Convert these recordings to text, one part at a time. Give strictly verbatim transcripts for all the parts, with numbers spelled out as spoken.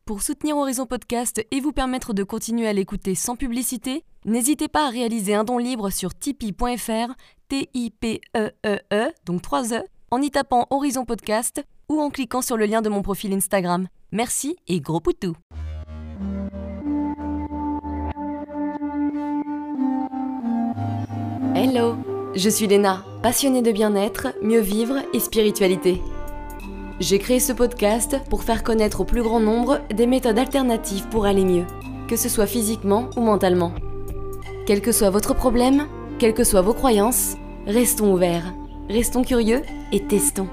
Pour soutenir Horizon Podcast et vous permettre de continuer à l'écouter sans publicité, n'hésitez pas à réaliser un don libre sur tipeee point fr, T I P E E E, donc trois E, en y tapant Horizon Podcast ou en cliquant sur le lien de mon profil Instagram. Merci et gros poutou. Hello, je suis Léna, passionnée de bien-être, mieux vivre et spiritualité. J'ai créé ce podcast pour faire connaître au plus grand nombre des méthodes alternatives pour aller mieux, que ce soit physiquement ou mentalement. Quel que soit votre problème, quelles que soient vos croyances, restons ouverts, restons curieux et testons.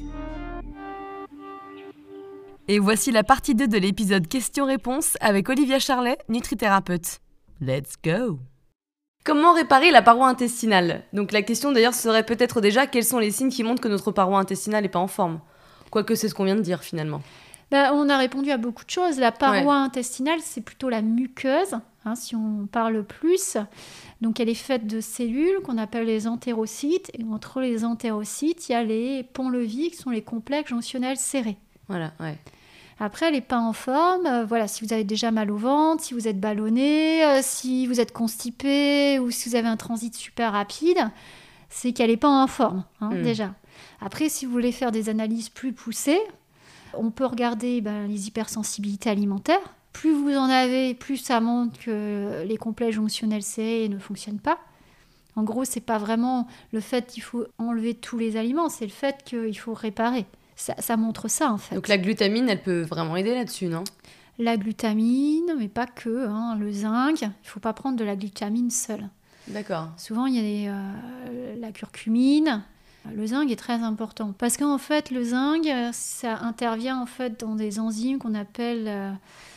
Et voici la partie deux de l'épisode questions-réponses avec Olivia Charlet, nutrithérapeute. Let's go! Comment réparer la paroi intestinale ? Donc la question d'ailleurs serait peut-être déjà quels sont les signes qui montrent que notre paroi intestinale n'est pas en forme ? Quoique c'est ce qu'on vient de dire finalement. Bah, on a répondu à beaucoup de choses. La paroi ouais. intestinale, c'est plutôt la muqueuse, hein, si on parle plus. Donc elle est faite de cellules qu'on appelle les entérocytes. Et entre les entérocytes, il y a les ponts-levis qui sont les complexes jonctionnels serrés. Voilà, ouais. Après, elle n'est pas en forme. Euh, voilà, si vous avez déjà mal au ventre, si vous êtes ballonné, euh, si vous êtes constipé ou si vous avez un transit super rapide, c'est qu'elle n'est pas en forme, hein, mmh. déjà. Après, si vous voulez faire des analyses plus poussées, on peut regarder ben, les hypersensibilités alimentaires. Plus vous en avez, plus ça montre que les complexes jonctionnels serrés ne fonctionnent pas. En gros, ce n'est pas vraiment le fait qu'il faut enlever tous les aliments, c'est le fait qu'il faut réparer. Ça, ça montre ça, en fait. Donc la glutamine, elle peut vraiment aider là-dessus, non ? La glutamine, mais pas que. Hein, le zinc, il ne faut pas prendre de la glutamine seule. D'accord. Souvent, il y a des, euh, la curcumine. Le zinc est très important parce qu'en fait, le zinc, ça intervient en fait dans des enzymes qu'on appelle euh,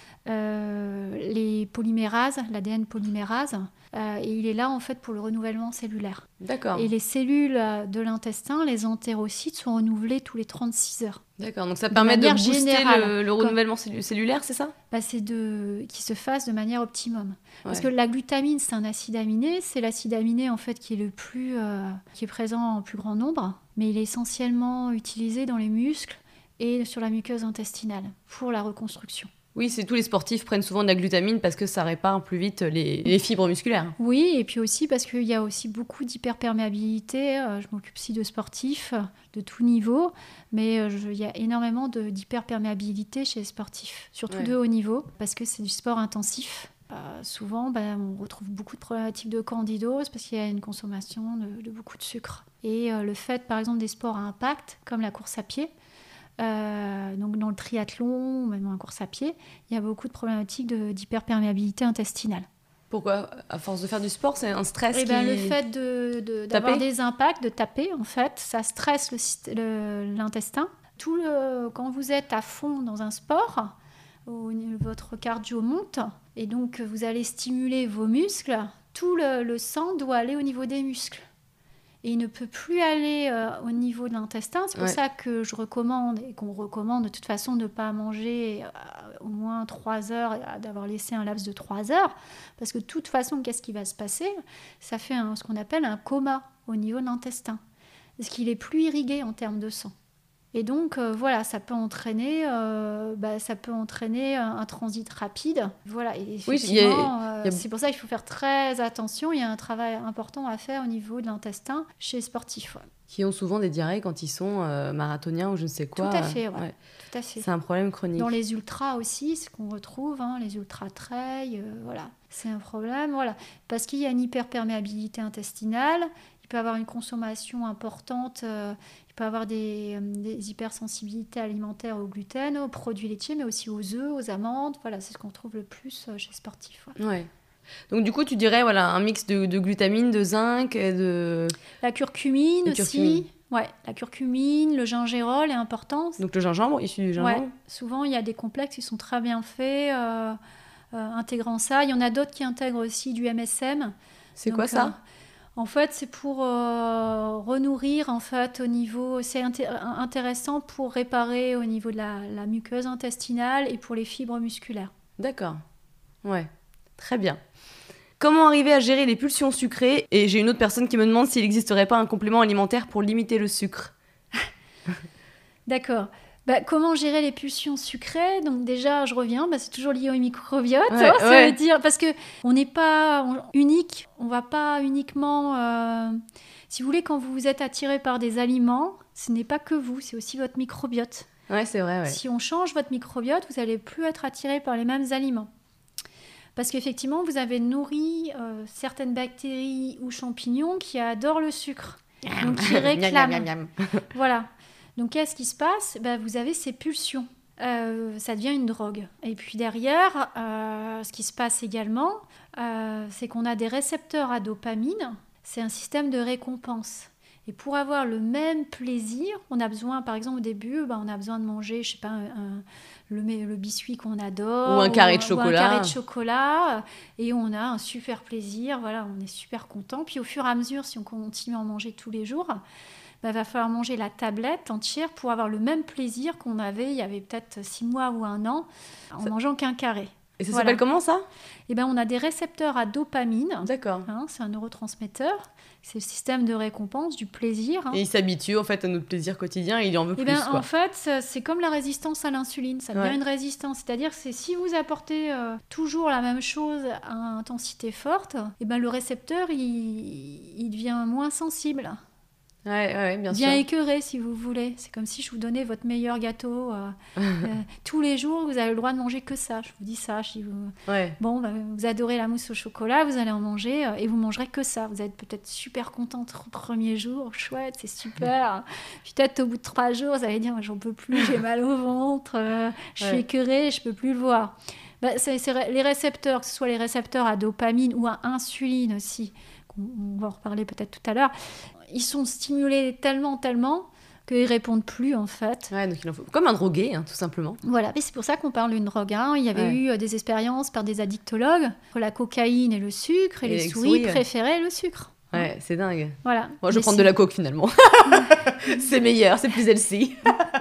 euh, les polymérases, l'A D N polymérase, euh, et il est là en fait pour le renouvellement cellulaire. D'accord. Et les cellules de l'intestin, les entérocytes, sont renouvelées tous les trente-six heures. D'accord, donc ça permet de, de booster générale, le, le renouvellement comme, cellulaire, c'est ça ? Bah, c'est de, qu'il se fasse de manière optimum. Ouais. Parce que la glutamine, c'est un acide aminé, c'est l'acide aminé en fait qui est le plus, euh, qui est présent en plus grand nombre, mais il est essentiellement utilisé dans les muscles et sur la muqueuse intestinale pour la reconstruction. Oui, c'est tous les sportifs prennent souvent de la glutamine parce que ça répare plus vite les, les fibres musculaires. Oui, et puis aussi parce qu'il y a aussi beaucoup d'hyperperméabilité. Euh, je m'occupe aussi de sportifs de tout niveau, mais euh, je, il y a énormément de, d'hyperperméabilité chez les sportifs, surtout ouais. de haut niveau, parce que c'est du sport intensif. Euh, souvent, ben, on retrouve beaucoup de problématiques de candidose parce qu'il y a une consommation de, de beaucoup de sucre. Et euh, le fait, par exemple, des sports à impact, comme la course à pied, Euh, donc dans le triathlon ou même dans la course à pied, il y a beaucoup de problématiques de, d'hyperperméabilité intestinale. Pourquoi ? À force de faire du sport, c'est un stress Et qui... ben, le fait de, de, d'avoir des impacts, de taper, en fait, ça stresse le, le, l'intestin. Tout le, quand vous êtes à fond dans un sport, au, votre cardio monte, et donc vous allez stimuler vos muscles. Tout le, le sang doit aller au niveau des muscles. Et il ne peut plus aller euh, au niveau de l'intestin. C'est pour ouais. ça que je recommande, et qu'on recommande de toute façon de ne pas manger euh, au moins trois heures, d'avoir laissé un laps de trois heures. Parce que de toute façon, qu'est-ce qui va se passer ? Ça fait un, ce qu'on appelle un coma au niveau de l'intestin. Parce qu'il est plus irrigué en termes de sang. Et donc, euh, voilà, ça peut entraîner, euh, bah, ça peut entraîner un, un transit rapide. Voilà, et effectivement, oui, y a, y a... Euh, c'est pour ça qu'il faut faire très attention. Il y a un travail important à faire au niveau de l'intestin chez les sportifs. Ouais. Qui ont souvent des diarrhées quand ils sont euh, marathoniens ou je ne sais quoi. Tout à fait, ouais. ouais. Tout à fait. C'est un problème chronique. Dans les ultras aussi, ce qu'on retrouve, hein, les ultra-trails, euh, voilà, c'est un problème. Voilà. Parce qu'il y a une hyperperméabilité intestinale. Il peut y avoir une consommation importante, euh, il peut y avoir des, des hypersensibilités alimentaires au gluten, aux produits laitiers, mais aussi aux œufs, aux amandes. Voilà, c'est ce qu'on trouve le plus chez les sportifs. Ouais. ouais. Donc du coup, tu dirais voilà, un mix de, de glutamine, de zinc, et de... La curcumine, la aussi. Curcumine. Ouais, la curcumine, le gingérol est important. Donc le gingembre, issu du gingembre. Ouais, souvent, il y a des complexes qui sont très bien faits, euh, euh, intégrant ça. Il y en a d'autres qui intègrent aussi du M S M. C'est Donc, quoi ça euh, En fait, c'est pour euh, renourrir, en fait, au niveau... C'est inté- intéressant pour réparer au niveau de la, la muqueuse intestinale et pour les fibres musculaires. D'accord. Ouais, très bien. Comment arriver à gérer les pulsions sucrées ? Et j'ai une autre personne qui me demande s'il n'existerait pas un complément alimentaire pour limiter le sucre. D'accord. Bah, comment gérer les pulsions sucrées? Donc déjà, je reviens, bah, c'est toujours lié au microbiote. Ouais, hein, ça ouais. veut dire, parce qu'on n'est pas on, unique, on ne va pas uniquement... Euh, si vous voulez, quand vous êtes attiré par des aliments, ce n'est pas que vous, c'est aussi votre microbiote. Ouais, c'est vrai, ouais. Si on change votre microbiote, vous n'allez plus être attiré par les mêmes aliments. Parce qu'effectivement, vous avez nourri euh, certaines bactéries ou champignons qui adorent le sucre. Donc, qui réclament. Voilà. Donc, qu'est-ce qui se passe? Ben, vous avez ces pulsions. Euh, ça devient une drogue. Et puis derrière, euh, ce qui se passe également, euh, c'est qu'on a des récepteurs à dopamine. C'est un système de récompense. Et pour avoir le même plaisir, on a besoin, par exemple au début, ben, on a besoin de manger, je sais pas, un, un, le, le biscuit qu'on adore, ou un carré de ou, chocolat, ou un carré de chocolat, et on a un super plaisir. Voilà, on est super content. Puis au fur et à mesure, si on continue à en manger tous les jours, il ben, va falloir manger la tablette entière pour avoir le même plaisir qu'on avait il y avait peut-être six mois ou un an en ça... mangeant qu'un carré. Et ça voilà. s'appelle comment ça? Eh ben, on a des récepteurs à dopamine. D'accord. Hein, c'est un neurotransmetteur. C'est le système de récompense, du plaisir. Hein. Et il s'habitue en fait à notre plaisir quotidien et il en veut eh plus. Ben, quoi. En fait, c'est comme la résistance à l'insuline. Ça devient ouais. une résistance. C'est-à-dire que c'est, si vous apportez euh, toujours la même chose à intensité forte, eh ben, le récepteur, il, il devient moins sensible. Ouais, ouais, bien bien sûr. écœuré, si vous voulez. C'est comme si je vous donnais votre meilleur gâteau. Euh, euh, tous les jours, vous avez le droit de manger que ça. Je vous dis ça. Si vous... ouais. Bon, bah, vous adorez la mousse au chocolat, vous allez en manger euh, et vous mangerez que ça. Vous êtes peut-être super contente le premier jour. Chouette, c'est super. Puis peut-être au bout de trois jours, vous allez dire, j'en peux plus, j'ai mal au ventre, euh, je suis ouais. écœurée, je peux plus le voir. Bah, c'est, c'est les récepteurs, que ce soit les récepteurs à dopamine ou à insuline aussi, on va en reparler peut-être tout à l'heure, ils sont stimulés tellement, tellement qu'ils ne répondent plus, en fait. Ouais, donc il en faut... Comme un drogué, hein, tout simplement. Voilà, et c'est pour ça qu'on parle d'une drogue. Hein. Il y avait ouais. eu des expériences par des addictologues entre la cocaïne et le sucre, et, et les, les souris, souris préféraient le sucre. Ouais, c'est dingue. Voilà. Moi, je vais prendre de la coke, finalement. C'est meilleur, c'est plus healthy.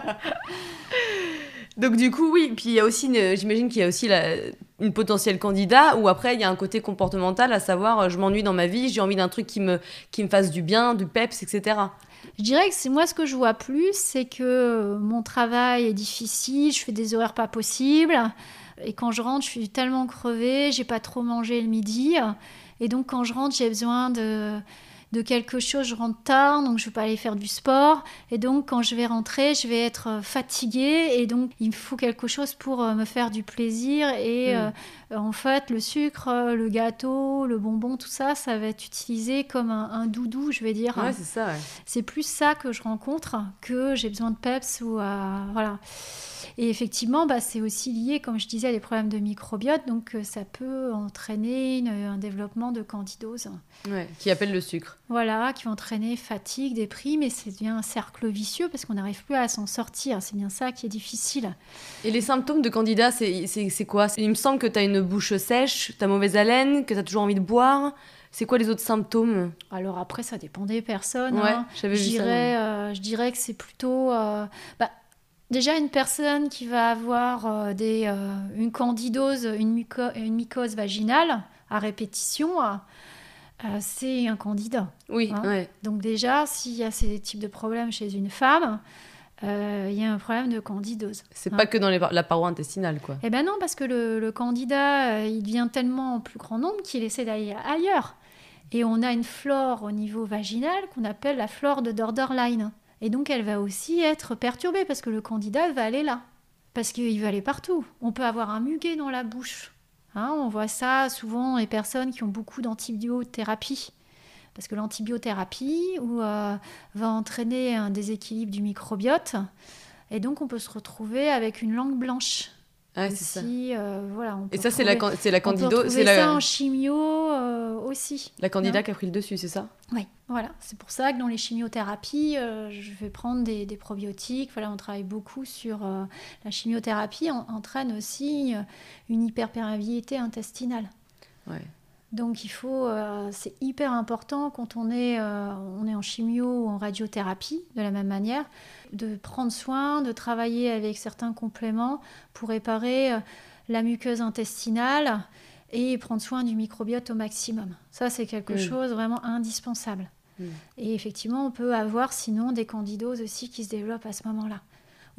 Donc du coup, oui, puis il y a aussi, une, j'imagine qu'il y a aussi la, une potentielle candidat, où après, il y a un côté comportemental, à savoir, je m'ennuie dans ma vie, j'ai envie d'un truc qui me, qui me fasse du bien, du peps, et cetera. Je dirais que c'est moi, ce que je vois plus, c'est que mon travail est difficile, je fais des horaires pas possibles, et quand je rentre, je suis tellement crevée, j'ai pas trop mangé le midi, et donc quand je rentre, j'ai besoin de... de quelque chose, je rentre tard, donc je ne vais pas aller faire du sport. Et donc, quand je vais rentrer, je vais être fatiguée. Et donc, il me faut quelque chose pour me faire du plaisir. Et mmh. euh, en fait, le sucre, le gâteau, le bonbon, tout ça, ça va être utilisé comme un, un doudou, je vais dire. Ouais, c'est ça, ouais. C'est plus ça que je rencontre que j'ai besoin de peps ou euh, voilà. Et effectivement, bah, c'est aussi lié, comme je disais, à des problèmes de microbiote. Donc, ça peut entraîner une, un développement de candidose. Ouais, qui appelle le sucre. Voilà, qui va entraîner fatigue, déprime, et c'est bien un cercle vicieux parce qu'on n'arrive plus à s'en sortir. C'est bien ça qui est difficile. Et les symptômes de candida, c'est, c'est, c'est quoi? Il me semble que tu as une bouche sèche, tu as mauvaise haleine, que tu as toujours envie de boire. C'est quoi les autres symptômes? Alors après, ça dépend des personnes. Ouais, hein. j'avais je, vu dirais, ça, euh, je dirais que c'est plutôt... Euh, bah, déjà, une personne qui va avoir euh, des, euh, une candidose, une, muco- une mycose vaginale à répétition... Euh, Euh, c'est un candidat. Oui, hein. ouais. Donc déjà, s'il y a ces types de problèmes chez une femme, euh, il y a un problème de candidose. C'est hein. pas que dans les, la paroi intestinale, quoi. Eh ben non, parce que le, le candidat, euh, il devient tellement en plus grand nombre qu'il essaie d'aller ailleurs. Et on a une flore au niveau vaginal qu'on appelle la flore de Borderline. Et donc, elle va aussi être perturbée parce que le candidat va aller là. Parce qu'il va aller partout. On peut avoir un muguet dans la bouche. Hein, on voit ça souvent les personnes qui ont beaucoup d'antibiothérapie. Parce que l'antibiothérapie où, euh, va entraîner un déséquilibre du microbiote. Et donc, on peut se retrouver avec une langue blanche. Ouais, aussi, c'est ça. Euh, voilà, on peut Et ça, c'est la, c'est la candidose. On peut retrouver c'est ça la... en chimio euh, aussi. La candida qui a pris le dessus, c'est ça? Oui, voilà. C'est pour ça que dans les chimiothérapies, euh, je vais prendre des, des probiotiques. Voilà, on travaille beaucoup sur euh, la chimiothérapie. On entraîne aussi une hyperperméabilité intestinale. Ouais. Donc, il faut, euh, c'est hyper important quand on est, euh, on est en chimio ou en radiothérapie, de la même manière, de prendre soin, de travailler avec certains compléments pour réparer euh, la muqueuse intestinale et prendre soin du microbiote au maximum. Ça, c'est quelque mmh. chose vraiment indispensable. Mmh. Et effectivement, on peut avoir sinon des candidoses aussi qui se développent à ce moment-là.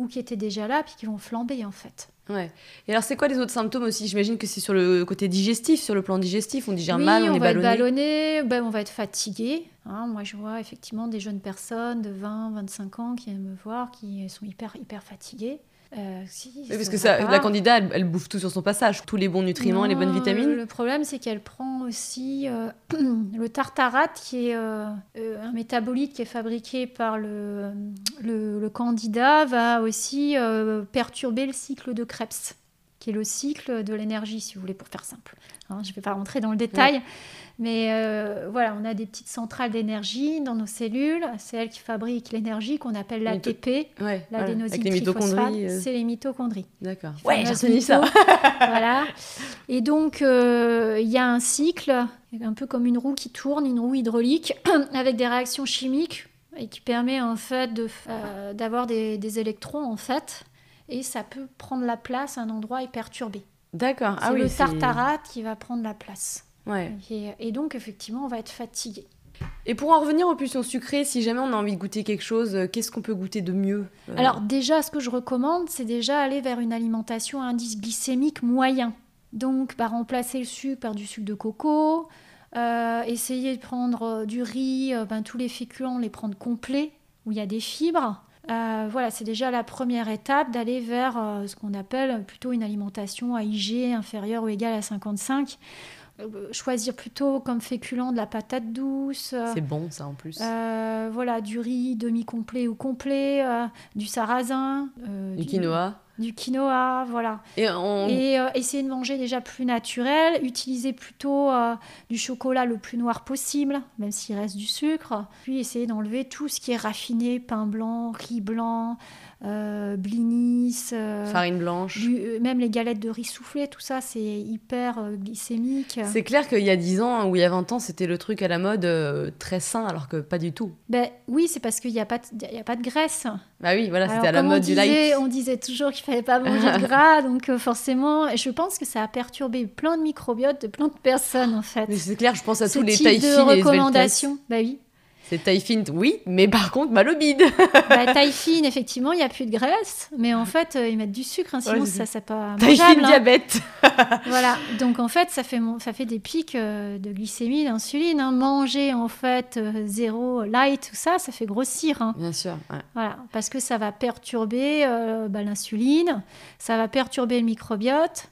ou qui étaient déjà là, puis qui vont flamber en fait. Ouais. Et alors, c'est quoi les autres symptômes aussi ? J'imagine que c'est sur le côté digestif, sur le plan digestif, on digère oui, mal, on, on est va ballonné. être ballonné, ben, on va être fatigué. Hein, moi, je vois effectivement des jeunes personnes de vingt, vingt-cinq ans qui viennent me voir, qui sont hyper, hyper fatiguées. Euh, si, oui, parce que ça, la candida, elle, elle bouffe tout sur son passage, tous les bons nutriments non, et les bonnes vitamines. Le problème, c'est qu'elle prend aussi euh, le tartarate, qui est euh, euh, un métabolite qui est fabriqué par le, le, le candida, va aussi euh, perturber le cycle de Krebs, qui est le cycle de l'énergie, si vous voulez, pour faire simple. Hein, je ne vais pas rentrer dans le détail, ouais. mais euh, voilà, on a des petites centrales d'énergie dans nos cellules. C'est elles qui fabriquent l'énergie qu'on appelle l'A T P, ouais, l'adénosine voilà, triphosphate. Euh... C'est les mitochondries. D'accord. Ouais, j'ai retenu ça. Voilà. Et donc, il euh, y a un cycle, un peu comme une roue qui tourne, une roue hydraulique, avec des réactions chimiques, et qui permet en fait de, euh, d'avoir des, des électrons, en fait. Et ça peut prendre la place à un endroit et perturber. D'accord. C'est ah le oui, tartarate qui va prendre la place. Ouais. Et, et donc, effectivement, on va être fatigué. Et pour en revenir aux pulsions sucrées, si jamais on a envie de goûter quelque chose, qu'est-ce qu'on peut goûter de mieux ? euh... Alors déjà, ce que je recommande, c'est déjà aller vers une alimentation à indice glycémique moyen. Donc, bah, remplacer le sucre par du sucre de coco, euh, essayer de prendre du riz, euh, ben, tous les féculents, les prendre complets, où il y a des fibres. Euh, voilà, c'est déjà la première étape d'aller vers euh, ce qu'on appelle plutôt une alimentation à I G inférieure ou égale à cinquante-cinq. Euh, choisir plutôt comme féculent de la patate douce. Euh, c'est bon ça en plus. Euh, voilà, du riz demi-complet ou complet, euh, du sarrasin. Euh, du, du quinoa. Du quinoa, voilà. Et, on... Et euh, essayer de manger déjà plus naturel, utiliser plutôt euh, du chocolat le plus noir possible, même s'il reste du sucre. Puis essayer d'enlever tout ce qui est raffiné, pain blanc, riz blanc, euh, blinis, euh, farine blanche. Du, euh, même les galettes de riz soufflé, tout ça, c'est hyper euh, glycémique. C'est clair qu'il y a dix ans ou il y a vingt ans, c'était le truc à la mode euh, très sain, alors que pas du tout. Ben, oui, c'est parce qu'il n'y a, a pas de graisse. Bah oui, voilà, alors, c'était à la mode disait, du light. On disait toujours qu'il ne fallait pas manger de gras, donc euh, forcément, je pense que ça a perturbé plein de microbiotes de plein de personnes, en fait. Mais c'est clair, je pense à Ce tous les type tailles de fines et les recommandations. Bah oui. C'est taille fine, oui, mais par contre, mal au bide. Bah, taille fine, effectivement, il n'y a plus de graisse, mais en fait, euh, ils mettent du sucre, hein, sinon ouais, ça, c'est pas taille mangeable. Fine hein. diabète. Voilà, donc en fait, ça fait, ça fait des pics euh, de glycémie, d'insuline. Hein. Manger, en fait, euh, zéro, light, tout ça, ça fait grossir. Hein. Bien sûr, ouais. Voilà, parce que ça va perturber euh, bah, l'insuline, ça va perturber le microbiote.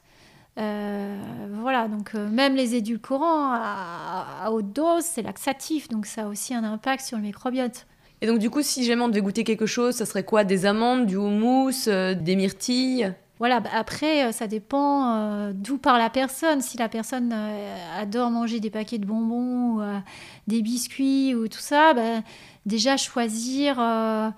Euh, voilà, donc euh, même les édulcorants à, à haute dose, c'est laxatif, donc ça a aussi un impact sur le microbiote. Et donc du coup, si jamais on devait goûter quelque chose, ça serait quoi ? Des amandes, du houmous, euh, des myrtilles ? Voilà, bah après, ça dépend euh, d'où part la personne. Si la personne euh, adore manger des paquets de bonbons, ou, euh, des biscuits ou tout ça, bah, déjà choisir... Euh,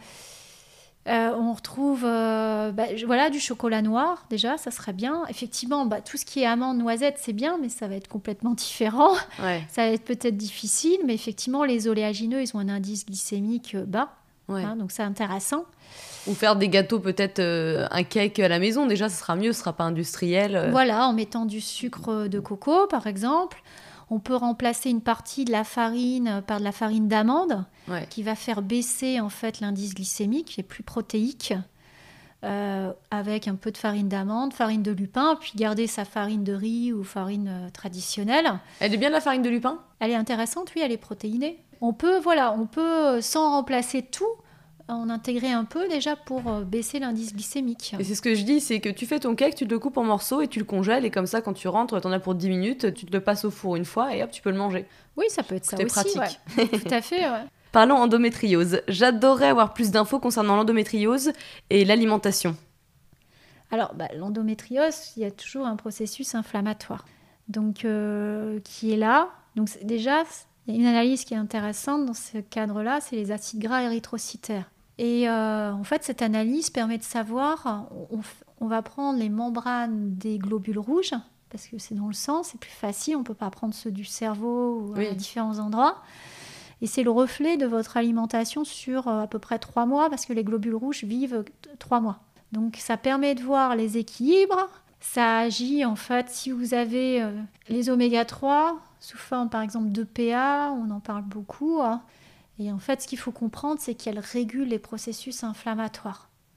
Euh, on retrouve euh, bah, voilà, du chocolat noir, déjà, ça serait bien. Effectivement, bah, tout ce qui est amandes, noisettes, c'est bien, mais ça va être complètement différent. Ouais. Ça va être peut-être difficile, mais effectivement, les oléagineux, ils ont un indice glycémique bas, ouais. hein, donc c'est intéressant. Ou faire des gâteaux, peut-être euh, un cake à la maison, déjà, ça sera mieux, ce sera pas industriel. Euh... Voilà, en mettant du sucre de coco, par exemple. On peut remplacer une partie de la farine par de la farine d'amande, ouais. qui va faire baisser en fait l'indice glycémique, qui est plus protéique, euh, avec un peu de farine d'amande, farine de lupin, puis garder sa farine de riz ou farine euh, traditionnelle. Elle est bien la farine de lupin ? Elle est intéressante, oui, elle est protéinée. On peut, voilà, on peut sans remplacer tout, en intégrer un peu déjà pour euh, baisser l'indice glycémique. Et c'est ce que je dis, c'est que tu fais ton cake, tu te le coupes en morceaux et tu le congèles, et comme ça, quand tu rentres, t'en as pour dix minutes, tu te le passes au four une fois et hop, tu peux le manger. Oui, ça peut être ça c'est aussi. pratique. Ouais. Tout à fait, ouais. Parlons endométriose. J'adorerais avoir plus d'infos concernant l'endométriose et l'alimentation. Alors, bah, l'endométriose, il y a toujours un processus inflammatoire donc, euh, qui est là. Donc, c'est, déjà, il y a une analyse qui est intéressante dans ce cadre-là, c'est les acides gras érythrocytaires. Et euh, en fait, cette analyse permet de savoir, on, on va prendre les membranes des globules rouges, parce que c'est dans le sang, c'est plus facile, on ne peut pas prendre ceux du cerveau ou oui. à différents endroits. Et c'est le reflet de votre alimentation sur euh, à peu près trois mois, parce que les globules rouges vivent trois mois. Donc ça permet de voir les équilibres. Ça agit en fait, si vous avez euh, les oméga trois, sous forme par exemple de P A, on en parle beaucoup, hein. Et en fait, ce qu'il faut comprendre, c'est qu'elle régule les processus inflammatoires.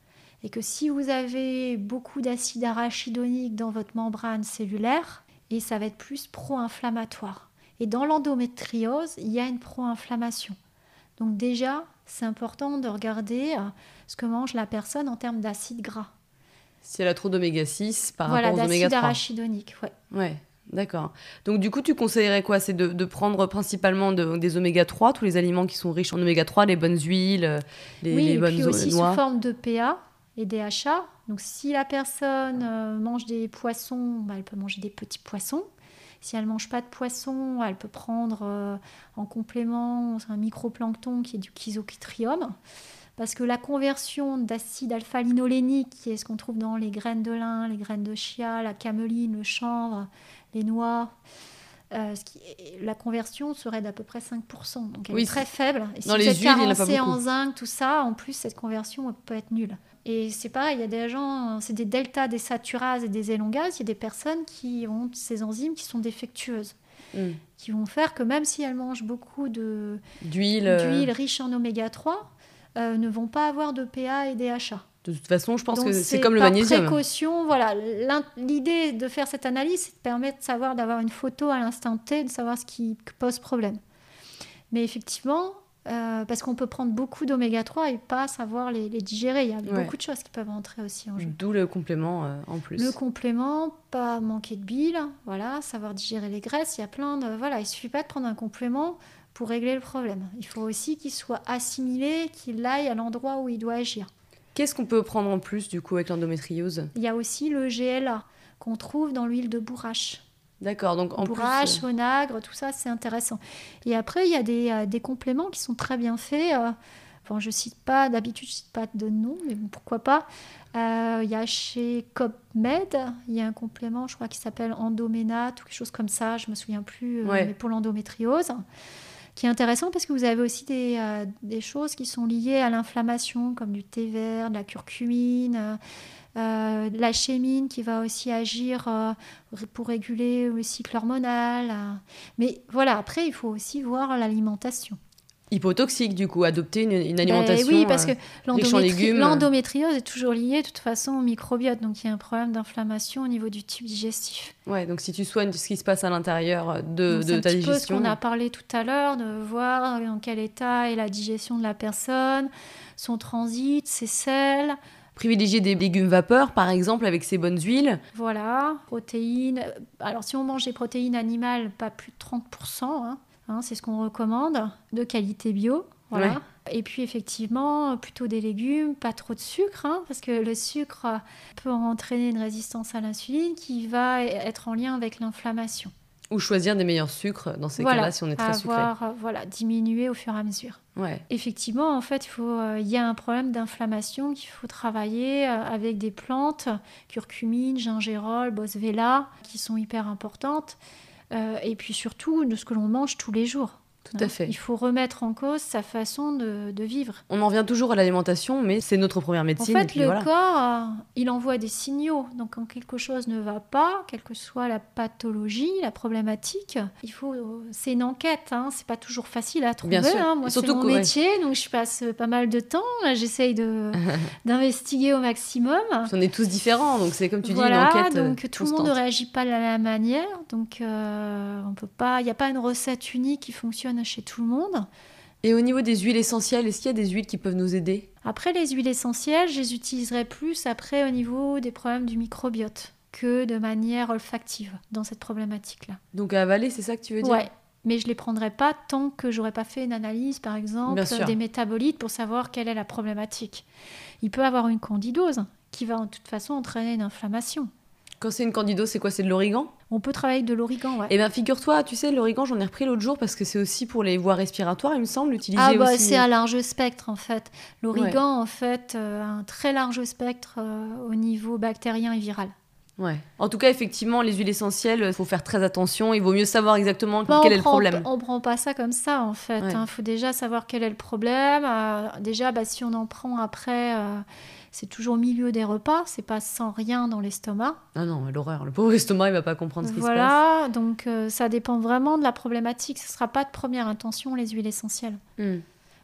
Et que si vous avez beaucoup d'acide arachidonique dans votre membrane cellulaire, et ça va être plus pro-inflammatoire. Et dans l'endométriose, il y a une pro-inflammation. Donc déjà, c'est important de regarder ce que mange la personne en termes d'acide gras. Si elle a trop d'oméga six par voilà, rapport aux oméga trois. Voilà, d'acide arachidonique, ouais. Ouais, d'accord. Donc du coup, tu conseillerais quoi ? C'est de, de prendre principalement de, des oméga trois, tous les aliments qui sont riches en oméga trois, les bonnes huiles, les, oui, les bonnes noix. Oui, et puis aussi noix. sous forme de P A et D H A. Donc si la personne euh, mange des poissons, bah, elle peut manger des petits poissons. Si elle ne mange pas de poisson, elle peut prendre euh, en complément un microplancton qui est du Chysochondrium. Parce que la conversion d'acide alpha-linolénique, qui est ce qu'on trouve dans les graines de lin, les graines de chia, la cameline, le chanvre, les noix, euh, ce qui, la conversion serait d'à peu près cinq pour cent. Donc elle oui, est très faible. Et si dans vous les êtes huiles, il n'y en a pas carencé beaucoup. En zinc, tout ça, en plus, cette conversion peut être nulle. Et c'est pareil, il y a des gens, c'est des delta désaturases et des élongases, il y a des personnes qui ont ces enzymes qui sont défectueuses. Mm. Qui vont faire que même si elles mangent beaucoup de, d'huile, d'huile riche en oméga trois, Euh, ne vont pas avoir de P A et D H A. De toute façon, je pense Donc que c'est, c'est comme le par magnésium. Précaution, voilà. L'idée de faire cette analyse, c'est de permettre de savoir, d'avoir une photo à l'instant T, de savoir ce qui pose problème. Mais effectivement, euh, parce qu'on peut prendre beaucoup d'oméga trois et pas savoir les, les digérer. Il y a ouais. beaucoup de choses qui peuvent entrer aussi en jeu. D'où le complément euh, en plus. Le complément, pas manquer de bile, voilà, savoir digérer les graisses. Il y a plein de... Voilà, il suffit pas de prendre un complément pour régler le problème. Il faut aussi qu'il soit assimilé, qu'il aille à l'endroit où il doit agir. Qu'est-ce qu'on peut prendre en plus, du coup, avec l'endométriose ? Il y a aussi le G L A, qu'on trouve dans l'huile de bourrache. D'accord, donc en bourrache, plus... onagre, tout ça, c'est intéressant. Et après, il y a des, euh, des compléments qui sont très bien faits. Euh, enfin, je cite pas, d'habitude, je cite pas de nom, mais bon, pourquoi pas. Euh, il y a chez CopMed, il y a un complément, je crois, qui s'appelle Endoménate ou quelque chose comme ça, je me souviens plus, euh, ouais. mais pour l'endométriose, qui est intéressant parce que vous avez aussi des, euh, des choses qui sont liées à l'inflammation, comme du thé vert, de la curcumine, euh, euh, de la chémine qui va aussi agir euh, pour réguler le cycle hormonal. Euh. Mais voilà, après, il faut aussi voir l'alimentation. Hypotoxique, du coup, adopter une, une alimentation ben, oui, parce que euh, riche en légumes. L'endométriose est toujours liée, de toute façon, au microbiote. Donc, il y a un problème d'inflammation au niveau du tube digestif. Ouais, donc si tu soignes ce qui se passe à l'intérieur de, de ta digestion... C'est un petit peu ce qu'on a parlé tout à l'heure, de voir dans quel état est la digestion de la personne, son transit, ses selles... Privilégier des légumes vapeur, par exemple, avec ces bonnes huiles. Voilà, protéines. Alors, si on mange des protéines animales, pas plus de trente pour cent, hein. Hein, c'est ce qu'on recommande, de qualité bio. Voilà. Ouais. Et puis effectivement, plutôt des légumes, pas trop de sucre, hein, parce que le sucre peut entraîner une résistance à l'insuline qui va être en lien avec l'inflammation. Ou choisir des meilleurs sucres dans ces voilà, cas-là si on est très avoir, sucré. Voilà, diminuer au fur et à mesure. Ouais. Effectivement, en fait, il faut, euh, y a un problème d'inflammation qu'il faut travailler euh, avec des plantes, curcumine, gingérol, boswellia, qui sont hyper importantes. Euh, et puis surtout de ce que l'on mange tous les jours. Tout hein. à fait. Il faut remettre en cause sa façon de, de vivre. On en revient toujours à l'alimentation, mais c'est notre première médecine. En fait, le voilà. corps, euh, il envoie des signaux. Donc, quand quelque chose ne va pas, quelle que soit la pathologie, la problématique, il faut. Euh, c'est une enquête. Hein, c'est pas toujours facile à trouver. Bien sûr. Hein. Moi, c'est mon métier, ouais. donc je passe pas mal de temps. Là, j'essaye de d'investiguer au maximum. On est tous différents, donc c'est comme tu voilà, dis une enquête. Donc, euh, tout constante. le monde ne réagit pas de la même manière. Donc, euh, on peut pas. Il n'y a pas une recette unique qui fonctionne chez tout le monde. Et au niveau des huiles essentielles, est-ce qu'il y a des huiles qui peuvent nous aider ? Après, les huiles essentielles, je les utiliserai plus après au niveau des problèmes du microbiote que de manière olfactive dans cette problématique-là. Donc à avaler, c'est ça que tu veux dire ? Ouais, mais je ne les prendrai pas tant que je n'aurai pas fait une analyse, par exemple, des métabolites pour savoir quelle est la problématique. Il peut avoir une candidose qui va de toute façon entraîner une inflammation. Quand c'est une candidose, c'est quoi ? C'est de l'origan ? On peut travailler avec de l'origan, ouais. Eh bien, figure-toi, tu sais, l'origan, j'en ai repris l'autre jour parce que c'est aussi pour les voies respiratoires, il me semble, l'utiliser ah bah, aussi. C'est un large spectre, en fait. L'origan, ouais. en fait, euh, a un très large spectre euh, au niveau bactérien et viral. Ouais. En tout cas, effectivement, les huiles essentielles, il faut faire très attention. Il vaut mieux savoir exactement bah, quel est le prend, problème. On ne prend pas ça comme ça, en fait. Il ouais. hein, faut déjà savoir quel est le problème. Euh, déjà, bah, si on en prend après... Euh, c'est toujours au milieu des repas, c'est pas sans rien dans l'estomac. Ah non, l'horreur, le pauvre estomac, il va pas comprendre ce qui voilà, se passe. Voilà, donc euh, ça dépend vraiment de la problématique. Ce sera pas de première intention, les huiles essentielles. Mm.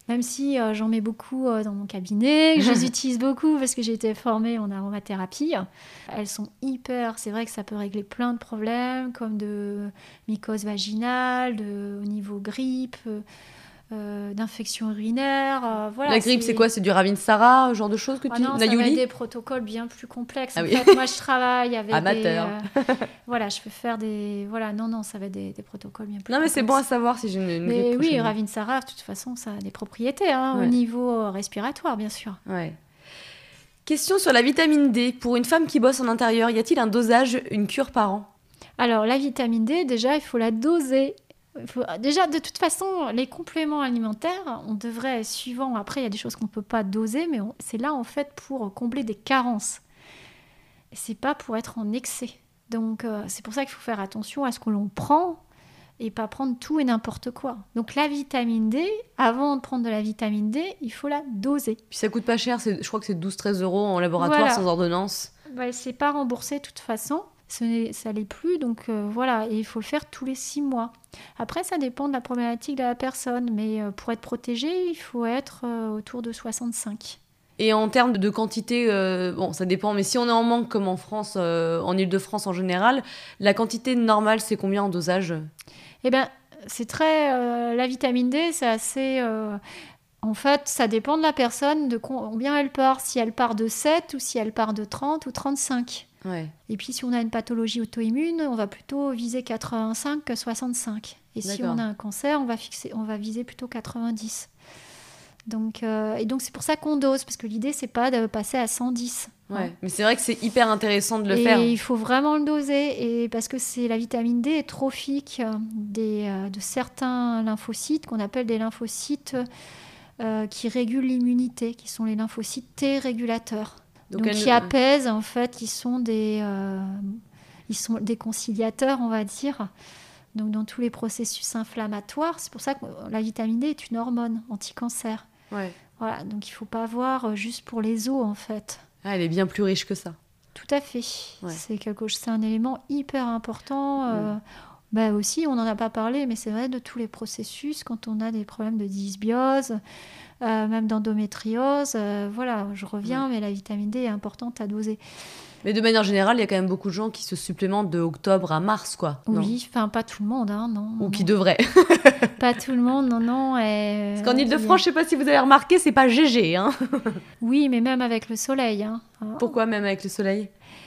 Même si euh, j'en mets beaucoup euh, dans mon cabinet, que je les utilise beaucoup parce que j'ai été formée en aromathérapie. Elles sont hyper... C'est vrai que ça peut régler plein de problèmes, comme de mycose vaginale, de, au niveau grippe... Euh, Euh, d'infection urinaire, euh, voilà. La grippe, c'est... c'est quoi? C'est du Ravinsara, genre de choses que ah tu... Non, Nayuli? Ça va être des protocoles bien plus complexes. Ah en oui. fait, moi, je travaille avec Amateur. des... Euh, voilà, je peux faire des... Voilà, non, non, ça va être des, des protocoles bien plus Non, mais complexes. c'est bon à savoir si j'ai une, une mais grippe oui, prochaine. Ravinsara, de toute façon, ça a des propriétés hein, ouais. au niveau respiratoire, bien sûr. Ouais. Question sur la vitamine D. Pour une femme qui bosse en intérieur, y a-t-il un dosage, une cure par an? Alors, la vitamine D, déjà, il faut la doser. Faut... Déjà, de toute façon, les compléments alimentaires, on devrait, suivant, après, il y a des choses qu'on ne peut pas doser, mais on... c'est là, en fait, pour combler des carences. Et c'est pas pour être en excès. Donc, euh, c'est pour ça qu'il faut faire attention à ce que l'on prend et pas prendre tout et n'importe quoi. Donc, la vitamine D, avant de prendre de la vitamine D, il faut la doser. Puis ça coûte pas cher, c'est... je crois que c'est douze à treize euros en laboratoire, voilà. Sans ordonnance. Bah, c'est pas remboursé de toute façon. Ce ça l'est plus, donc euh, voilà, et il faut le faire tous les six mois. Après, ça dépend de la problématique de la personne, mais euh, pour être protégé, il faut être euh, autour de soixante-cinq. Et en termes de quantité, euh, bon, ça dépend, mais si on est en manque comme en France, euh, en Île-de-France en général, la quantité normale, c'est combien en dosage? Eh bien, c'est très... Euh, la vitamine D, c'est assez... Euh, en fait, ça dépend de la personne, de combien elle part, si elle part de sept ou si elle part de trente ou trente-cinq. Ouais. Et puis si on a une pathologie auto-immune, on va plutôt viser quatre-vingt-cinq que soixante-cinq. Et D'accord. Si on a un cancer, on va, fixer, on va viser plutôt quatre-vingt-dix. Donc, euh, et donc c'est pour ça qu'on dose, parce que l'idée c'est pas de passer à cent dix. Ouais. Hein. Mais c'est vrai que c'est hyper intéressant de le et faire. Et il faut vraiment le doser, et parce que c'est la vitamine D est trophique des, euh, de certains lymphocytes qu'on appelle des lymphocytes euh, qui régulent l'immunité, qui sont les lymphocytes T régulateurs. Donc, Donc qui apaisent, en fait, qui sont des, euh, ils sont des conciliateurs, on va dire, donc dans tous les processus inflammatoires. C'est pour ça que la vitamine D est une hormone anti-cancer. Ouais. Voilà, donc il ne faut pas voir juste pour les os, en fait. Ah, elle est bien plus riche que ça. Tout à fait. Ouais. C'est, quelque... c'est un élément hyper important. Euh, mmh. Bah aussi, on n'en a pas parlé, mais c'est vrai de tous les processus, quand on a des problèmes de dysbiose, euh, même d'endométriose, euh, voilà, je reviens, ouais. Mais la vitamine D est importante à doser. Mais de manière générale, il y a quand même beaucoup de gens qui se supplémentent de octobre à mars, quoi. Oui, enfin pas tout le monde, hein, non. Ou non. qui devraient. Pas tout le monde, non, non. Et... Parce qu'en Île-de-France, je ne sais pas si vous avez remarqué, c'est pas G G, hein. Oui, mais même avec le soleil. Hein. Pourquoi même avec le soleil ?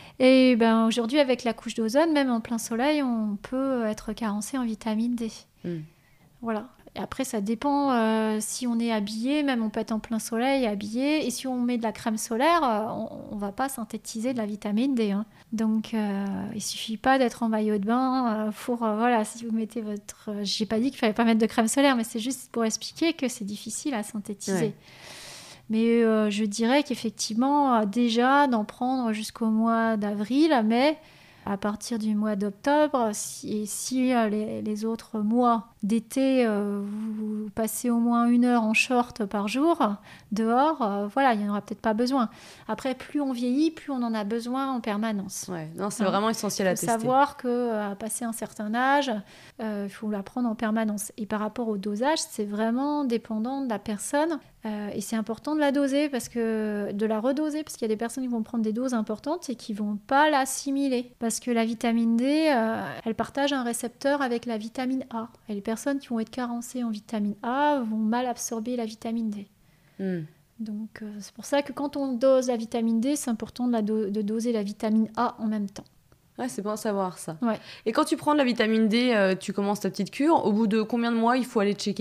Et ben, aujourd'hui, avec la couche d'ozone, même en plein soleil, on peut être carencé en vitamine D. Mm. Voilà. Et après, ça dépend euh, si on est habillé, même on peut être en plein soleil, habillé. Et si on met de la crème solaire, euh, on ne va pas synthétiser de la vitamine D. Hein. Donc, euh, il ne suffit pas d'être en maillot de bain euh, pour... Euh, voilà, si vous mettez votre... Euh, je n'ai pas dit qu'il ne fallait pas mettre de crème solaire, mais c'est juste pour expliquer que c'est difficile à synthétiser. Ouais. Mais euh, je dirais qu'effectivement, euh, déjà, d'en prendre jusqu'au mois d'avril, mais à partir du mois d'octobre, si, et si euh, les, les autres mois d'été, euh, vous passez au moins une heure en short par jour, dehors, euh, voilà, il n'y en aura peut-être pas besoin. Après, plus on vieillit, plus on en a besoin en permanence. Ouais, non, c'est hein, vraiment essentiel à tester. Il faut savoir qu'à passer un certain âge, euh, il faut la prendre en permanence. Et par rapport au dosage, c'est vraiment dépendant de la personne. Euh, et c'est important de la doser, parce que, de la redoser, parce qu'il y a des personnes qui vont prendre des doses importantes et qui ne vont pas l'assimiler. Parce que la vitamine D, euh, elle partage un récepteur avec la vitamine A. Et les personnes qui vont être carencées en vitamine A vont mal absorber la vitamine D. Mm. Donc euh, c'est pour ça que quand on dose la vitamine D, c'est important de, la do- de doser la vitamine A en même temps. Ouais, c'est bon à savoir ça. Ouais. Et quand tu prends de la vitamine D, euh, tu commences ta petite cure. Au bout de combien de mois il faut aller checker ?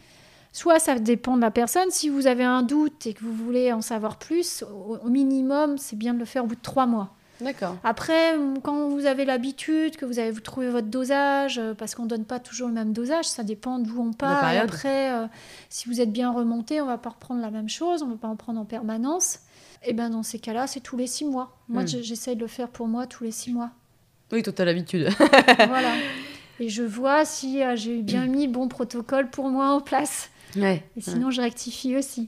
Soit ça dépend de la personne. Si vous avez un doute et que vous voulez en savoir plus, au minimum, c'est bien de le faire au bout de trois mois. D'accord. Après, quand vous avez l'habitude, que vous avez vous trouvé votre dosage, parce qu'on ne donne pas toujours le même dosage, ça dépend d'où on part. Et après, euh, si vous êtes bien remonté, on ne va pas reprendre la même chose, on ne va pas en prendre en permanence. Et bien dans ces cas-là, c'est tous les six mois. Moi, hmm. j'essaye de le faire pour moi tous les six mois. Oui, toi, tu as l'habitude. Voilà. Et je vois si euh, j'ai bien mis le bon protocole pour moi en place. Ouais, et sinon, ouais. Je rectifie aussi.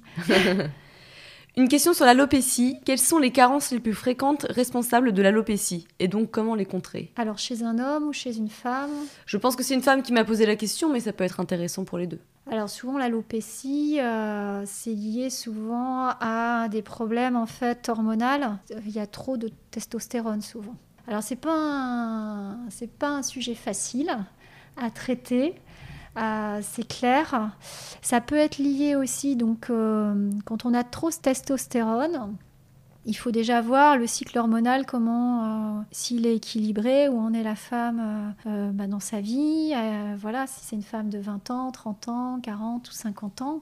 Une question sur l'alopécie. Quelles sont les carences les plus fréquentes responsables de l'alopécie ? Et donc, comment les contrer ? Alors, chez un homme ou chez une femme ? Je pense que c'est une femme qui m'a posé la question, mais ça peut être intéressant pour les deux. Alors souvent l'alopécie, euh, c'est lié souvent à des problèmes en fait hormonaux. Il y a trop de testostérone souvent. Alors c'est pas un, c'est pas un sujet facile à traiter, euh, c'est clair. Ça peut être lié aussi donc euh, quand on a trop de testostérone. Il faut déjà voir le cycle hormonal, comment, euh, s'il est équilibré, où en est la femme euh, euh, bah, dans sa vie. Euh, voilà, si c'est une femme de vingt ans, trente ans, quarante ou cinquante ans.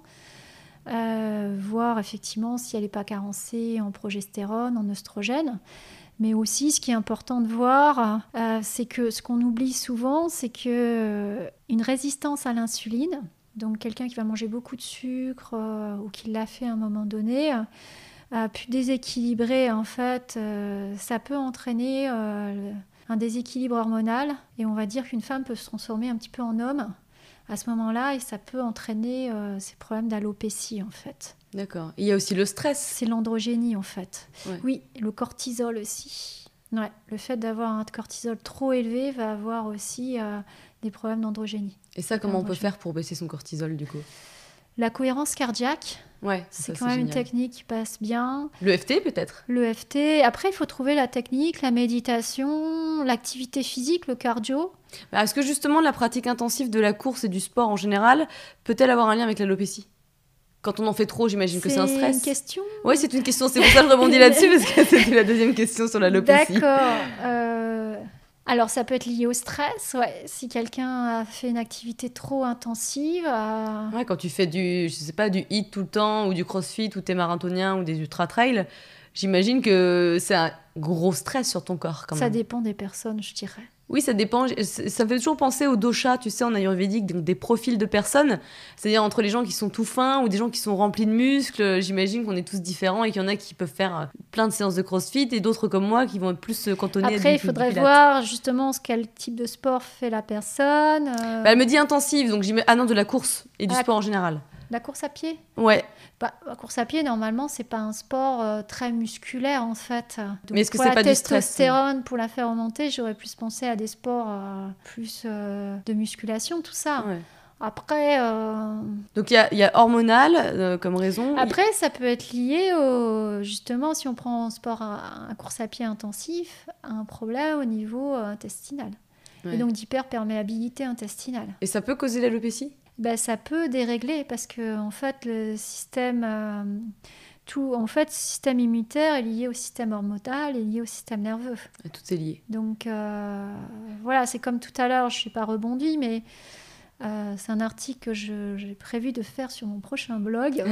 Euh, voir effectivement si elle n'est pas carencée en progestérone, en oestrogène. Mais aussi, ce qui est important de voir, euh, c'est que ce qu'on oublie souvent, c'est qu'une euh, résistance à l'insuline, donc quelqu'un qui va manger beaucoup de sucre euh, ou qui l'a fait à un moment donné, Euh, plus déséquilibré, en fait, euh, ça peut entraîner euh, un déséquilibre hormonal et on va dire qu'une femme peut se transformer un petit peu en homme à ce moment-là et ça peut entraîner euh, ces problèmes d'alopécie, en fait. D'accord. Il y a aussi le stress. C'est l'androgénie, en fait. Ouais. Oui, le cortisol aussi. Ouais, le fait d'avoir un cortisol trop élevé va avoir aussi euh, des problèmes d'androgénie. Et ça, comment on peut faire pour baisser son cortisol, du coup ? La cohérence cardiaque. Ouais, c'est ça, quand c'est même génial. une technique qui passe bien. Le F T peut-être ? Le F T. Après, il faut trouver la technique, la méditation, l'activité physique, le cardio. Bah, est-ce que justement la pratique intensive de la course et du sport en général peut-elle avoir un lien avec l'alopécie ? Quand on en fait trop, j'imagine que c'est un stress. C'est une question. Oui, c'est une question. C'est pour ça que je rebondis là-dessus parce que c'était la deuxième question sur l'alopécie. D'accord. Euh... Alors, ça peut être lié au stress. Ouais. Si quelqu'un a fait une activité trop intensive. Euh... Ouais, quand tu fais du, je sais pas, du hit tout le temps ou du crossfit ou t'es marathonien ou des ultra-trails, j'imagine que c'est un gros stress sur ton corps quand même. Ça dépend des personnes, je dirais. Oui, ça dépend. Ça me fait toujours penser au dosha, tu sais, en ayurvédique, donc des profils de personnes. C'est-à-dire entre les gens qui sont tout fins ou des gens qui sont remplis de muscles. J'imagine qu'on est tous différents et qu'il y en a qui peuvent faire plein de séances de crossfit et d'autres comme moi qui vont plus se cantonner. Après, à il faudrait voir justement quel type de sport fait la personne. Euh... Bah, elle me dit intensive, donc j'y mets... Ah non, de la course et du ah, sport en général. La course à pied ? Ouais. Bah, la course à pied, normalement, c'est pas un sport euh, très musculaire, en fait. Donc, mais est-ce que pour c'est la pas testostérone, du stress, pour la faire remonter, j'aurais plus pensé à des sports euh, plus euh, de musculation, tout ça. Ouais. Après... Euh... Donc, il y, y a hormonal euh, comme raison. Après, ça peut être lié, au... justement, si on prend un sport, un, un course à pied intensif, à un problème au niveau euh, intestinal. Ouais. Et donc d'hyperperméabilité intestinale. Et ça peut causer l'alopécie ? Ben, ça peut dérégler parce que en fait le système euh, tout en fait le système immunitaire est lié au système hormonal, est lié au système nerveux. Et tout est lié. Donc euh, voilà, c'est comme tout à l'heure, je suis pas rebondie, mais euh, c'est un article que je, j'ai prévu de faire sur mon prochain blog,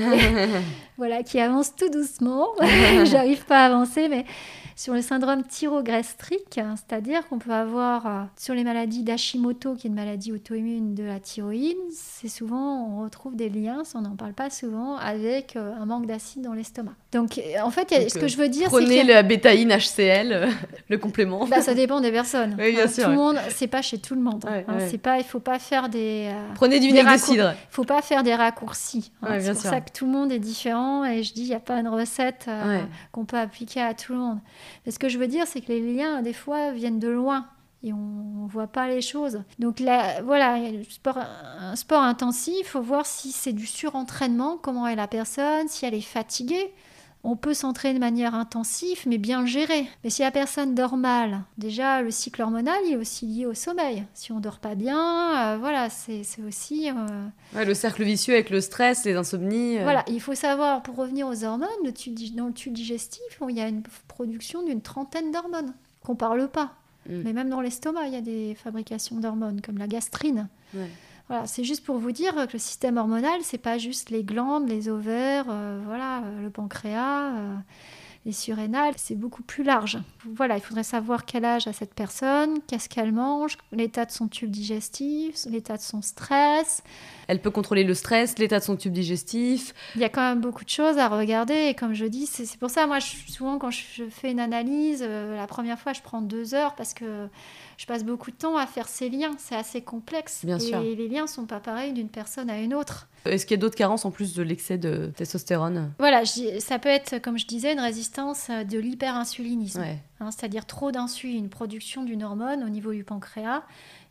voilà, qui avance tout doucement. J'arrive pas à avancer, mais sur le syndrome thyrogastrique, hein, c'est-à-dire qu'on peut avoir euh, sur les maladies d'Hashimoto, qui est une maladie auto-immune de la thyroïde, c'est souvent, on retrouve des liens, ça on n'en parle pas souvent, avec euh, un manque d'acide dans l'estomac. Donc en fait, y a, Donc, ce que je veux dire, prenez c'est prenez la bétaïne H C L, euh, le complément. Bah, ça dépend des personnes. Oui, bien hein, sûr. Tout ouais. le monde, c'est pas chez tout le monde. Ouais, hein, ouais. C'est pas, il faut pas faire des. Euh, Prenez du des vinaigre de raccour- cidre. faut pas faire des raccourcis. hein, Ouais, c'est bien pour sûr. ça que tout le monde est différent et je dis, il n'y a pas une recette euh, Ouais. qu'on peut appliquer à tout le monde. Mais ce que je veux dire, c'est que les liens, des fois, viennent de loin. Et on ne voit pas les choses. Donc là, voilà, le sport, un sport intensif, il faut voir si c'est du surentraînement, comment est la personne, si elle est fatiguée. On peut s'entraîner de manière intensive, mais bien gérée. Mais si la personne dort mal, déjà le cycle hormonal il est aussi lié au sommeil. Si on ne dort pas bien, euh, voilà, c'est, c'est aussi... Euh... Ouais, le cercle vicieux avec le stress, les insomnies. Euh... Voilà, il faut savoir, pour revenir aux hormones, le tube, dans le tube digestif, il y a une production d'une trentaine d'hormones qu'on ne parle pas. Mm. Mais même dans l'estomac, il y a des fabrications d'hormones, comme la gastrine. Ouais. Voilà, c'est juste pour vous dire que le système hormonal, c'est pas juste les glandes, les ovaires, euh, voilà, euh, le pancréas, euh, les surrénales, c'est beaucoup plus large. Voilà, il faudrait savoir quel âge a cette personne, qu'est-ce qu'elle mange, l'état de son tube digestif, l'état de son stress. Elle peut contrôler le stress, l'état de son tube digestif. Il y a quand même beaucoup de choses à regarder et comme je dis, c'est, c'est pour ça, moi, je, souvent quand je fais une analyse, euh, la première fois, je prends deux heures parce que je passe beaucoup de temps à faire ces liens. C'est assez complexe. Bien et sûr. les liens ne sont pas pareils d'une personne à une autre. Est-ce qu'il y a d'autres carences en plus de l'excès de testostérone ? Voilà, je, ça peut être, comme je disais, une résistance de l'hyperinsulinisme. Ouais. Hein, c'est-à-dire trop d'insuline, production d'une hormone au niveau du pancréas.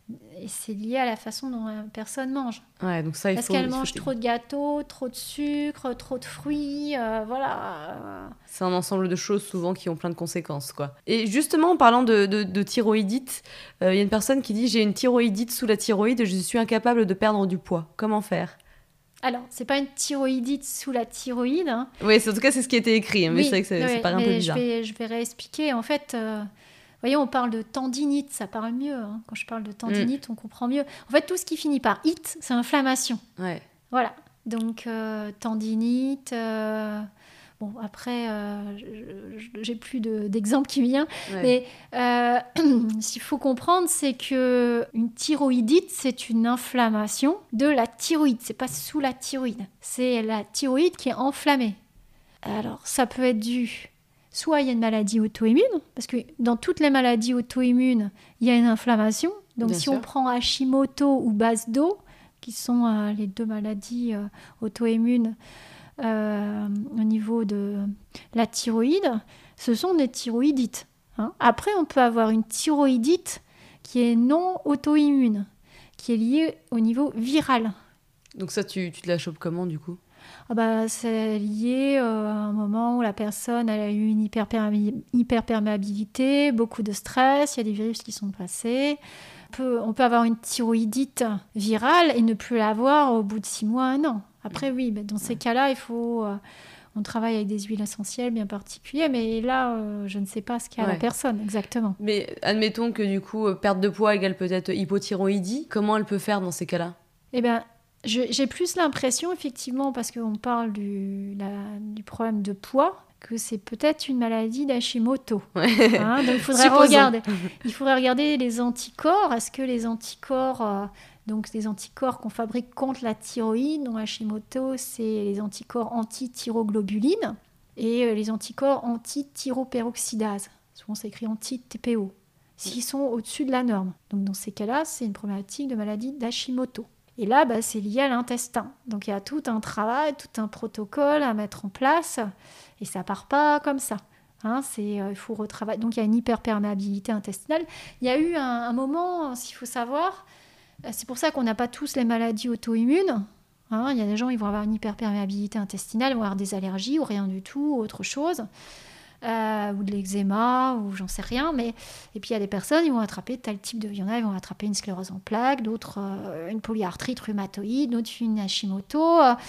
Et c'est lié à la façon dont la personne mange. Ouais, donc ça, il Parce faut, qu'elle il faut mange t'aider. trop de gâteaux, trop de sucre, trop de fruits, euh, voilà. C'est un ensemble de choses souvent qui ont plein de conséquences, quoi. Et justement, en parlant de, de, de thyroïdite, il euh, y a une personne qui dit « J'ai une thyroïdite sous la thyroïde, je suis incapable de perdre du poids. Comment faire ?» Alors, c'est pas une thyroïdite sous la thyroïde. Hein. Oui, en tout cas, c'est ce qui a été écrit, hein, mais oui, c'est vrai que ça, oui, ça paraît un peu bizarre. Je vais, je vais réexpliquer. En fait, euh, vous voyez, on parle de tendinite, ça parle mieux. Hein. Quand je parle de tendinite, mm. on comprend mieux. En fait, tout ce qui finit par ite, c'est inflammation. Ouais. Voilà. Donc, euh, tendinite... Euh... Bon, après, euh, j'ai plus de, d'exemples qui me viennent. Ouais. Mais euh, ce qu'il faut comprendre, c'est qu'une thyroïdite, c'est une inflammation de la thyroïde. C'est pas sous la thyroïde. C'est la thyroïde qui est enflammée. Alors, ça peut être dû... Soit il y a une maladie auto-immune, parce que dans toutes les maladies auto-immunes, il y a une inflammation. Donc, Bien si sûr. on prend Hashimoto ou Basedow, qui sont euh, les deux maladies euh, auto-immunes, Euh, au niveau de la thyroïde, ce sont des thyroïdites. Hein. Après, on peut avoir une thyroïdite qui est non auto-immune, qui est liée au niveau viral. Donc ça, tu, tu te la chopes comment, du coup ? ah bah, C'est lié euh, à un moment où la personne elle a eu une hyperperméabilité, hyperperméabilité, beaucoup de stress, il y a des virus qui sont passés. On peut, on peut avoir une thyroïdite virale et ne plus l'avoir au bout de six mois, un an. Après, oui, mais dans ces cas-là, il faut... Euh, on travaille avec des huiles essentielles bien particulières, mais là, euh, je ne sais pas ce qu'il y a ouais. à la personne, exactement. Mais admettons que, du coup, perte de poids égale peut-être hypothyroïdie. Comment elle peut faire dans ces cas-là ? Eh bien, je, j'ai plus l'impression, effectivement, parce qu'on parle du, la, du problème de poids, que c'est peut-être une maladie d'Hashimoto. Ouais. Hein, donc, il faudrait, regarder, il faudrait regarder les anticorps. Est-ce que les anticorps... Euh, Donc, des anticorps qu'on fabrique contre la thyroïde. Donc, Hashimoto, c'est les anticorps anti-thyroglobuline et les anticorps anti-thyroperoxydase. Souvent, c'est écrit anti-T P O. S'ils sont au-dessus de la norme. Donc, dans ces cas-là, c'est une problématique de maladie d'Hashimoto. Et là, bah, c'est lié à l'intestin. Donc, il y a tout un travail, tout un protocole à mettre en place. Et ça ne part pas comme ça. Hein, c'est, euh, il faut retravailler. Donc, il y a une hyperperméabilité intestinale. Il y a eu un, un moment, s'il faut savoir... C'est pour ça qu'on n'a pas tous les maladies auto-immunes. Hein, il y a des gens, ils vont avoir une hyperperméabilité intestinale, ils vont avoir des allergies ou rien du tout, ou autre chose, euh, ou de l'eczéma, ou j'en sais rien. Mais... Et puis il y a des personnes, ils vont attraper tel type de... Il y en a, ils vont attraper une sclérose en plaques, d'autres euh, une polyarthrite rhumatoïde, d'autres une Hashimoto. Euh,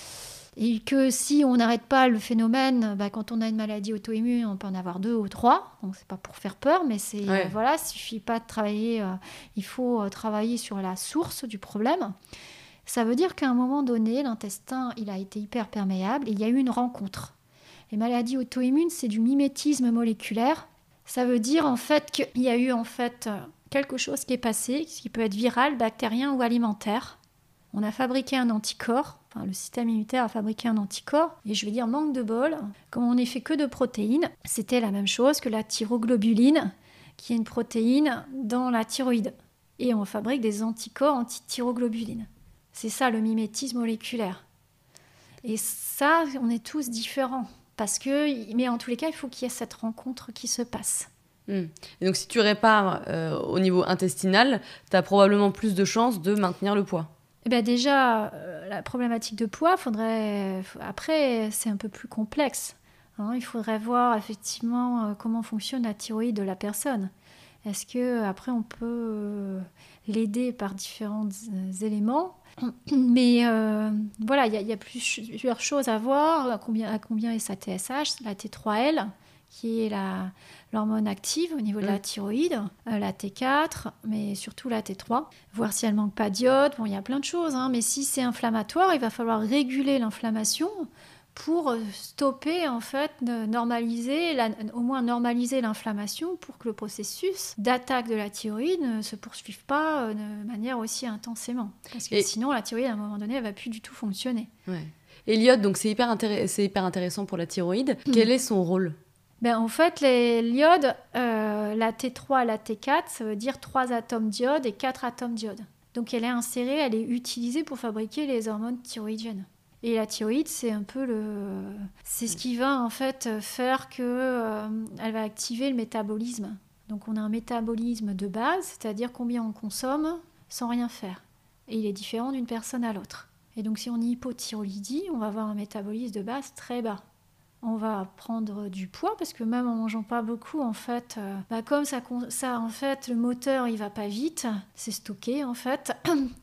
et que si on n'arrête pas le phénomène, bah, quand on a une maladie auto-immune, on peut en avoir deux ou trois. Donc, c'est pas pour faire peur, mais c'est, ouais. euh, voilà, il suffit pas de travailler, euh, il faut euh, travailler sur la source du problème. Ça veut dire qu'à un moment donné, l'intestin, il a été hyper perméable et il y a eu une rencontre. Les maladies auto-immunes, c'est du mimétisme moléculaire. Ça veut dire en fait qu'il y a eu en fait quelque chose qui est passé, qui peut être viral, bactérien ou alimentaire. On a fabriqué un anticorps, enfin le système immunitaire a fabriqué un anticorps, et je vais dire manque de bol, comme on n'est fait que de protéines, c'était la même chose que la thyroglobuline, qui est une protéine dans la thyroïde. Et on fabrique des anticorps anti-thyroglobuline. C'est ça le mimétisme moléculaire. Et ça, on est tous différents. Parce que, mais en tous les cas, il faut qu'il y ait cette rencontre qui se passe. Mmh. Et donc si tu répares euh, au niveau intestinal, tu as probablement plus de chances de maintenir le poids. Eh bien déjà, euh, la problématique de poids, faudrait... après, c'est un peu plus complexe. Hein, il faudrait voir effectivement euh, comment fonctionne la thyroïde de la personne. Est-ce qu'après, on peut euh, l'aider par différents euh, éléments ? Mais euh, voilà, il y, y a plusieurs choses à voir. À combien, à combien est sa T S H, la T trois L, qui est la, l'hormone active au niveau de la thyroïde, euh, la T quatre, mais surtout la T trois. Voir si elle manque pas d'iode. Bon, il y a plein de choses, hein, mais si c'est inflammatoire, il va falloir réguler l'inflammation pour stopper, en fait, de normaliser, la, au moins normaliser l'inflammation pour que le processus d'attaque de la thyroïde ne se poursuive pas de manière aussi intensément. Parce que Et... sinon, la thyroïde, à un moment donné, elle ne va plus du tout fonctionner. Ouais. Et l'iode, donc c'est hyper, intéress- c'est hyper intéressant pour la thyroïde. Mmh. Quel est son rôle ? Ben, en fait, les, l'iode, euh, la T trois et la T quatre, ça veut dire trois atomes d'iode et quatre atomes d'iode. Donc elle est insérée, elle est utilisée pour fabriquer les hormones thyroïdiennes. Et la thyroïde, c'est un peu le... C'est ce qui va, en fait, faire que euh, elle va activer le métabolisme. Donc on a un métabolisme de base, c'est-à-dire combien on consomme sans rien faire. Et il est différent d'une personne à l'autre. Et donc si on est hypothyroïdie, on va avoir un métabolisme de base très bas. On va prendre du poids parce que même en mangeant pas beaucoup, en fait, euh, bah comme ça, ça, en fait, le moteur il va pas vite, c'est stocké en fait.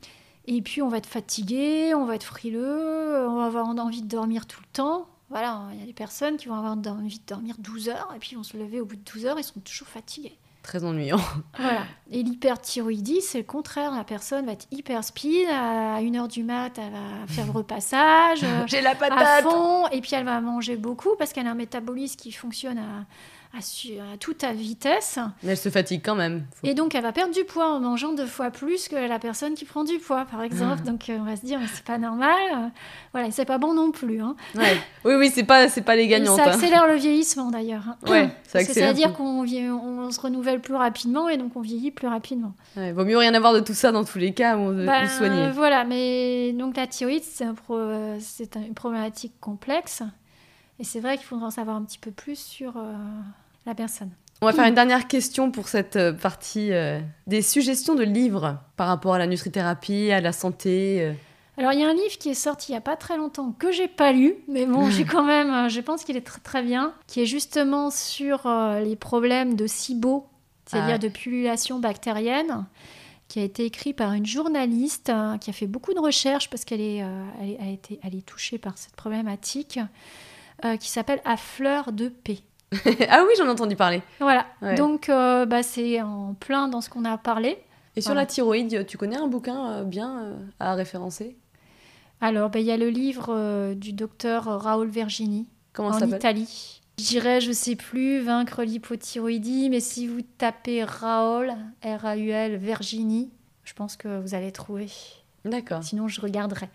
Et puis on va être fatigué, on va être frileux, on va avoir envie de dormir tout le temps. Voilà, il y a des personnes qui vont avoir envie de dormir douze heures et puis ils vont se lever au bout de douze heures, ils sont toujours fatigués. Très ennuyant. Voilà. Et l'hyperthyroïdie, c'est le contraire. La personne va être hyper speed. À une heure du mat, elle va faire le repassage. J'ai la patate à fond. Et puis elle va manger beaucoup parce qu'elle a un métabolisme qui fonctionne à, à, à toute à vitesse. Mais elle se fatigue quand même. Faut... Et donc elle va perdre du poids en mangeant deux fois plus que la personne qui prend du poids, par exemple. Mmh. Donc on va se dire, mais c'est pas normal. Voilà, c'est pas bon non plus. Hein. Ouais. Oui, oui, c'est pas, c'est pas les gagnantes. Et ça accélère hein. le vieillissement d'ailleurs. Ouais, ça parce que ça veut dire qu'on on se renouvelle plus rapidement et donc on vieillit plus rapidement. Ouais, vaut mieux rien avoir de tout ça dans tous les cas où ben, soigner. Euh, voilà, mais donc la thyroïde, c'est, un pro, c'est une problématique complexe et c'est vrai qu'il faudra en savoir un petit peu plus sur euh, la personne. On va faire une dernière question pour cette partie euh, des suggestions de livres par rapport à la nutrithérapie, à la santé. Euh. Alors, il y a un livre qui est sorti il n'y a pas très longtemps que j'ai pas lu, mais bon, j'ai quand même, je pense qu'il est très très bien, qui est justement sur euh, les problèmes de SIBO, c'est-à-dire ah. de pullulation bactérienne, qui a été écrit par une journaliste euh, qui a fait beaucoup de recherches parce qu'elle est, euh, elle est, elle a été, elle est touchée par cette problématique, euh, qui s'appelle À fleur de paix. Ah oui, j'en ai entendu parler. Voilà, ouais. donc euh, bah, c'est en plein dans ce qu'on a parlé. Et sur voilà. la thyroïde, tu connais un bouquin euh, bien euh, à référencer ? Alors, il bah, y a le livre euh, du docteur Raoul Vergini, Comment en ça s'appelle ? Italie. Je dirais, je sais plus, Vaincre l'hypothyroïdie, mais si vous tapez Raoul, R A U L, Vergini, je pense que vous allez trouver. D'accord. Sinon, je regarderai.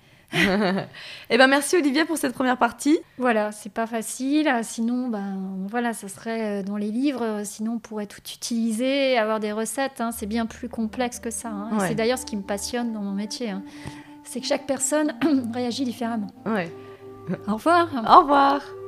Eh ben merci Olivia pour cette première partie. Voilà, c'est pas facile. Sinon, ben voilà, ça serait dans les livres. Sinon, on pourrait tout utiliser, avoir des recettes. Hein. C'est bien plus complexe que ça. Hein. Ouais. C'est d'ailleurs ce qui me passionne dans mon métier. Hein. C'est que chaque personne réagit différemment. Ouais. Au revoir. Au revoir.